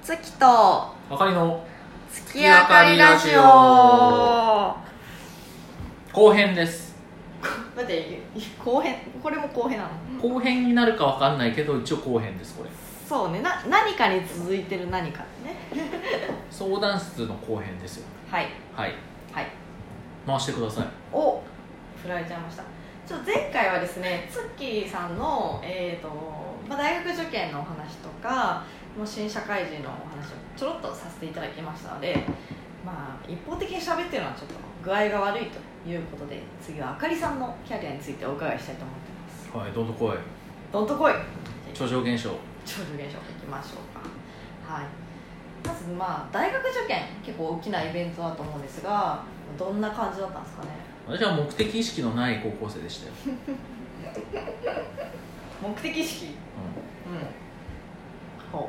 月とあかりの月明かりラジオ後編です。 待って後編、これも後編なの？ 後編になるかわかんないけど一応後編です。これそうね、何かに続いてる何かってね相談室の後編ですよ。 はいはいはい回してください。 お、振られちゃいました。前回はですね、ツッキーさんの、大学受験のお話とかもう新社会人のお話をちょろっとさせていただきましたので、一方的に喋ってるのはちょっと具合が悪いということで、次はあかりさんのキャリアについてお伺いしたいと思ってます。 はい、どんとこい。 どんとこい。 超常現象。 超常現象いきましょうか。はい。まず大学受験結構大きなイベントだと思うんですが、どんな感じだったんですかね。 私は目的意識のない高校生でしたよ。 目的意識。ほ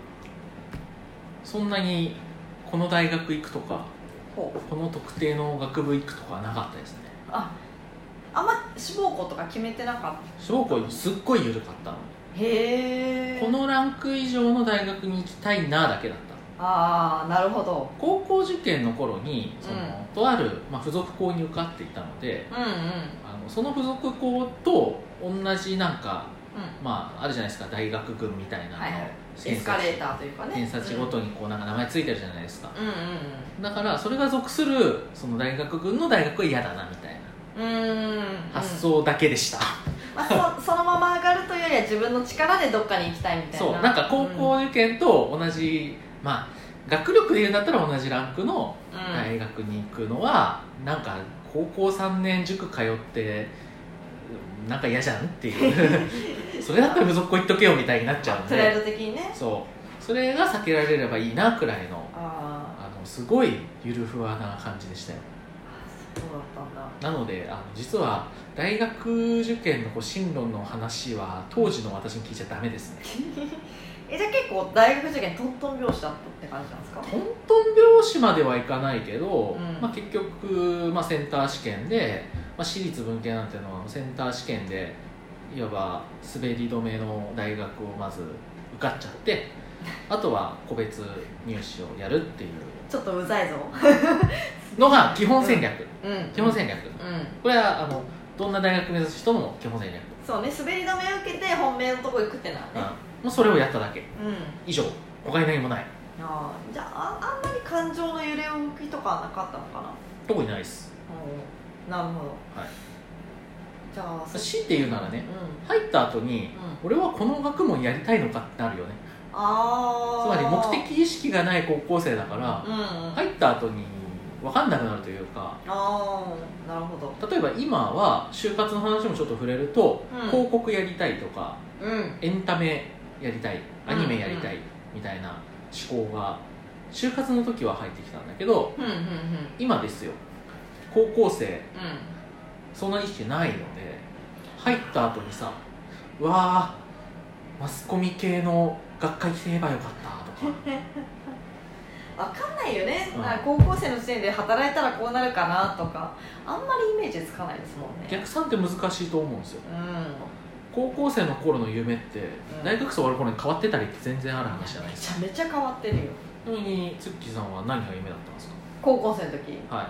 そんなにこの大学行くとかうこの特定の学部行くとかはなかったですね。 あんま志望校とか決めてなかった。 志望校すっごい緩かったの。 へえ。 このランク以上の大学に行きたいなだけだった。 ああ、なるほど。 高校受験の頃にとある、付属校に受かっていたので、その付属校と同じあるじゃないですか、大学群みたいなの、 エスカレーターというかね、 偏差値ごとに名前ついてるじゃないですか。だからそれが属するその大学群の大学は嫌だなみたいな発想だけでした。 そのまま上がるというよりは自分の力でどっかに行きたいみたいな。 そう、高校受験と同じ、学力で言うんだったら同じランクの大学に行くのは、高校3年塾通って嫌じゃんっていうそれだったら付属校行っとけよみたいになっちゃうんで、 プライド的にね。 それが避けられればいいなくらいのすごいゆるふわな感じでしたよ。 そうだったんだ。 なので実は大学受験の進路の話は当時の私に聞いちゃダメですね。 じゃあ結構大学受験トントン拍子だったって感じなんですか？ トントン拍子まではいかないけど、結局、センター試験で、私立文系なんていうのはセンター試験でいわば滑り止めの大学をまず受かっちゃって、あとは個別入試をやるっていうちょっとうざいぞのが基本戦略。基本戦略、これはどんな大学目指す人の基本戦略。 そうね、滑り止めを受けて本命のとこ行くってのはね、 もうそれをやっただけ、以上、他に何もない。 じゃああんまり感情の揺れ動きとかはなかったのかな。 特にないです。 なるほど。 はい。 じゃあ強いて言うならね、入った後に、俺はこの学問やりたいのかってなるよね。つまり目的意識がない高校生だから、入った後に分かんなくなるというか。 なるほど。 例えば今は就活の話もちょっと触れると、広告やりたいとか、エンタメやりたい、アニメやりたいみたいな思考が就活の時は入ってきたんだけど、今ですよ、高校生、そんな意識ないので、入った後にさ、マスコミ系の学会来てればよかったとか分かんないよね、高校生の時点で働いたらこうなるかなとかあんまりイメージつかないですもんね。 逆算って難しいと思うんですよ。高校生の頃の夢って、大学生終わる頃に変わってたりって全然ある話じゃないですか。 めちゃめちゃ変わってるよ。 ちなみにツッキーさんは何が夢だったんですか？ 高校生の時、 はい、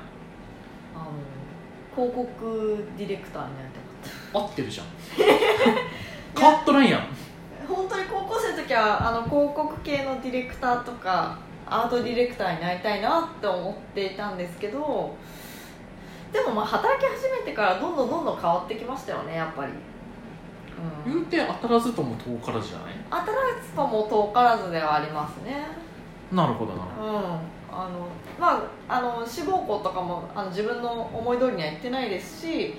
広告ディレクターになりたかった。 合ってるじゃん変わっとないやん。 本当に高校生の時は広告系のディレクターとかアートディレクターになりたいなって思っていたんですけど、でも働き始めてからどんどん変わってきましたよね、やっぱり。 言うて当たらずとも遠からずじゃない？ 当たらずとも遠からずではありますね。 なるほどなるほど。 志望校とかも自分の思い通りにはいってないですし、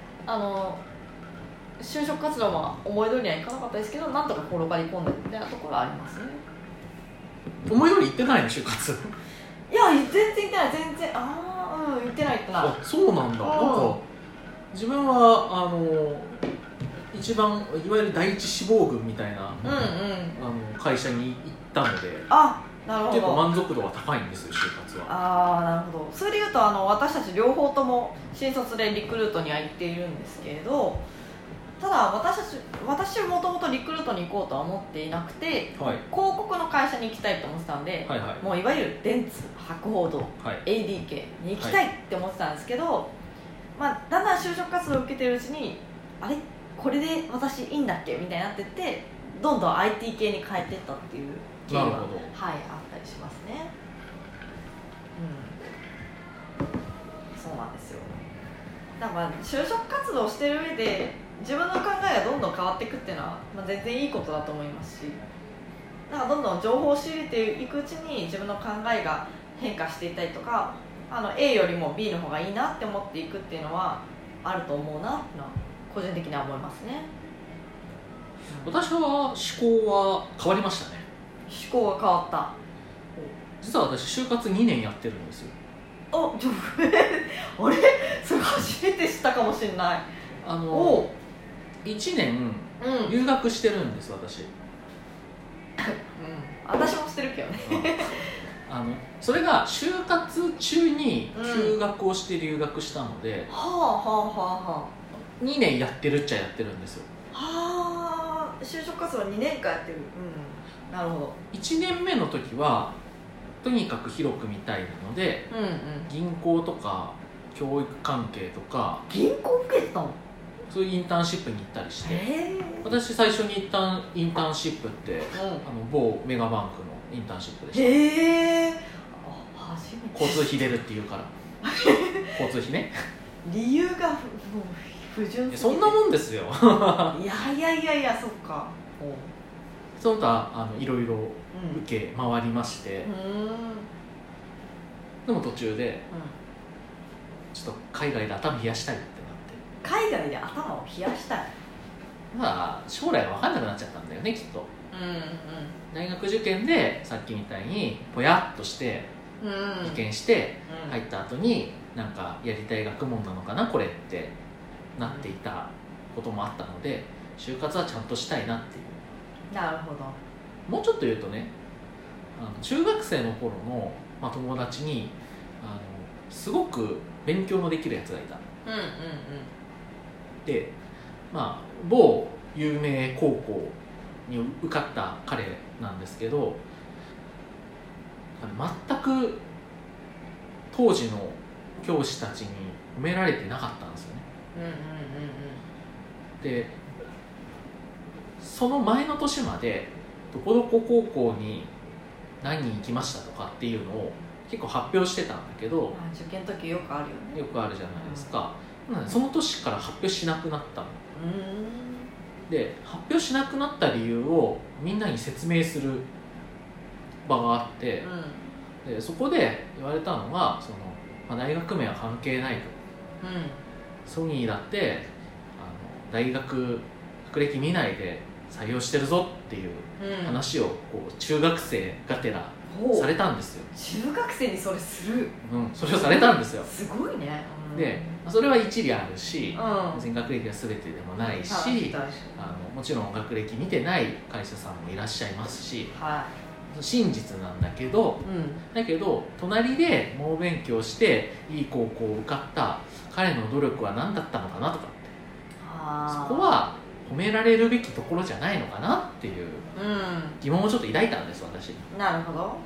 就職活動も思い通りにはいかなかったですけど、なんとか転がり込んでみたいなところはありますね。 思い通り行ってないの就活？ いや全然行ってない、全然行ってない。 そうなんだ。自分は一番いわゆる第一志望群みたいな、会社に行ったので、 なるほど、 結構満足度が高いんですよ、就活は。 なるほど。それでいうと私たち両方とも新卒でリクルートには行っているんですけれど、ただ私はもともとリクルートに行こうとは思っていなくて、広告の会社に行きたいと思ってたんで、 はいはい、 もういわゆる電通、博報堂、 はい、 AD 系に行きたいって思ってたんですけど、まあ、だんだん就職活動を受けてるうちにあれこれで私いいんだっけみたいになってってどんどん IT 系に変えていったっていう経緯は、はい、あったりしますね。そうなんですよ。だから就職活動してる上で自分の考えがどんどん変わっていくっていうのは、全然いいことだと思いますし、だからどんどん情報を仕入れていくうちに自分の考えが変化していったりとか、A よりも B の方がいいなって思っていくっていうのはあると思うなっていうのは個人的には思いますね。 私は思考は変わりましたね。 思考が変わった。 実は私就活2年やってるんですよ。 あれそれ初めて知ったかもしれない。 1年留学してるんです、私。 私もしてるけどね。 それが就活中に休学をして留学したので、2年やってるっちゃやってるんですよ。 就職活動2年間やってる。なるほど。 1年目の時はとにかく広く見たいので、銀行とか教育関係とか。 銀行受けてたの？ そういうインターンシップに行ったりして、私最初に行ったインターンシップって、某メガバンクのインターンシップでした。 初めて。 交通費出るっていうから交通費ね。 理由がもう不純すぎて。 そんなもんですよ。 いやそっか。 その他いろいろ受け回りまして、でも途中で、ちょっと海外で頭冷やしたいってなって。 海外で頭を冷やしたい。 将来が分かんなくなっちゃったんだよね、きっと。大学受験でさっきみたいにぽやっとして受験して入った後になんかやりたい学問なのかなこれってなっていたこともあったので、就活はちゃんとしたいなっていう。 なるほど。 もうちょっと言うとね、中学生の頃の、友達にすごく勉強のできるやつがいた。で、某有名高校に受かった彼なんですけど、全く当時の教師たちに褒められてなかったんですよね。で、その前の年までどこどこ高校に何人行きましたとかっていうのを結構発表してたんだけど、 受験の時よくあるよね。 よくあるじゃないですか。その年から発表しなくなったの。で、発表しなくなった理由をみんなに説明する場があって、でそこで言われたのが大学名は関係ないと、ソニーだって大学学歴見ないで採用してるぞっていう話を中学生がてらされたんですよ。 中学生にそれする？ それをされたんですよ。 すごいね。 でそれは一理あるし、別に学歴が全てでもないし、もちろん学歴見てない会社さんもいらっしゃいますし、真実なんだけど、隣で猛勉強していい高校を受かった彼の努力は何だったのかなとかって、そこは褒められるべきところじゃないのかなっていう疑問をちょっと抱いたんです、私。 なるほど。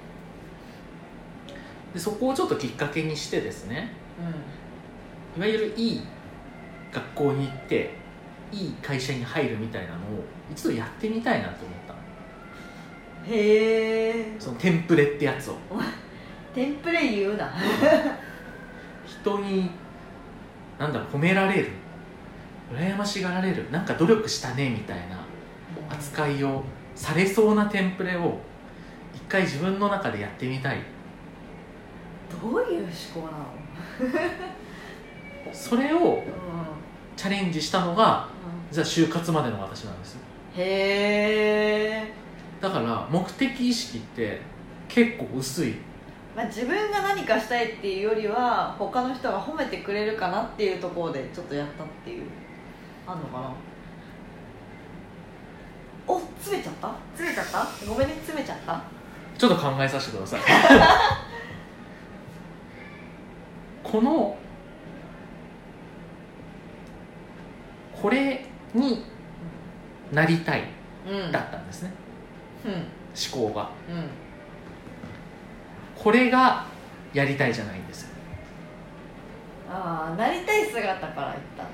でそこをちょっときっかけにしてですね、いわゆるいい学校に行っていい会社に入るみたいなのを一度やってみたいなと思ったの。そのテンプレってやつを。 テンプレ言うな。 人に褒められる、羨ましがられる、なんか努力したねみたいな扱いをされそうなテンプレを一回自分の中でやってみたい。 どういう思考なの？ それをチャレンジしたのが、じゃあ就活までの私なんですよ。だから目的意識って結構薄い。 自分が何かしたいっていうよりは他の人が褒めてくれるかなっていうところでちょっとやったっていう、あんのかな。詰めちゃったごめんね、詰めちゃった。 ちょっと考えさせてください。これになりたい、だったんですね。 考が、これがやりたいじゃないんですよ。 ああ、なりたい姿から言ったってことか。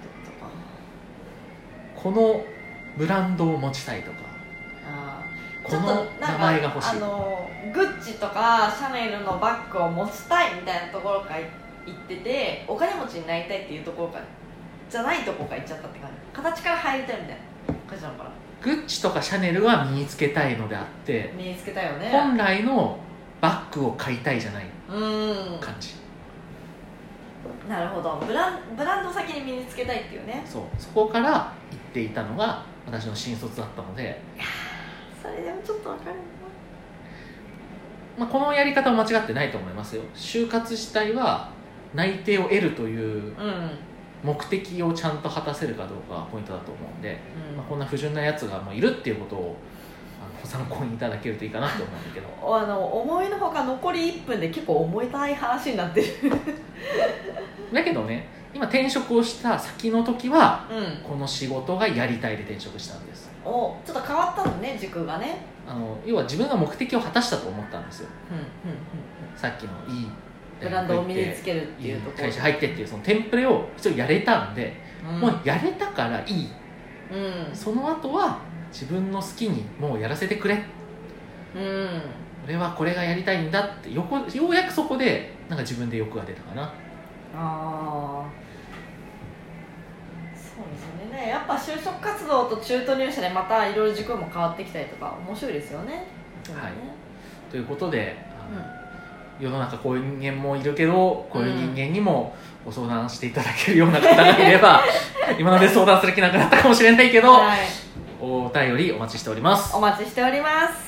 このブランドを持ちたいとか、この名前が欲しい、 グッチとかシャネルのバッグを持ちたいみたいなところから言ってて、お金持ちになりたいっていうところからじゃないところから言っちゃったって感じ。形から入りたいみたいな感じなのかな。 グッチとかシャネルは身につけたいのであって、 身につけたいよね。 本来のバッグを買いたいじゃない感じ。 なるほど。ブランドを先に身につけたいっていうね。 そこから言っていたのが私の新卒だったので、 いやそれでもちょっと分かるな、このやり方は間違ってないと思いますよ。就活自体は内定を得るという目的をちゃんと果たせるかどうかがポイントだと思うんで、こんな不純なやつがいるっていうことをご参考にいただけるといいかなと思うんだけど、 思いのほか残り1分で結構重たい話になってるだけどね、今転職をした先の時は、この仕事がやりたいで転職したんです。 ちょっと変わったのね、軸がね。 要は自分が目的を果たしたと思ったんですよ、さっきのいいブランドを身につけるっていうところ、 会社入ってっていうそのテンプレを一応やれたんで、もうやれたからいい、その後は自分の好きにもうやらせてくれ、俺はこれがやりたいんだって、ようやくそこでなんか自分で欲が出たかな。 そうですよね。やっぱ就職活動と中途入社でまたいろいろ軸も変わってきたりとか面白いですよね。 はい、ということで世の中こういう人間もいるけど、こういう人間にもご相談していただけるような方がいれば、今まで相談する気なくなったかもしれないけど、お便りお待ちしております。 お待ちしております。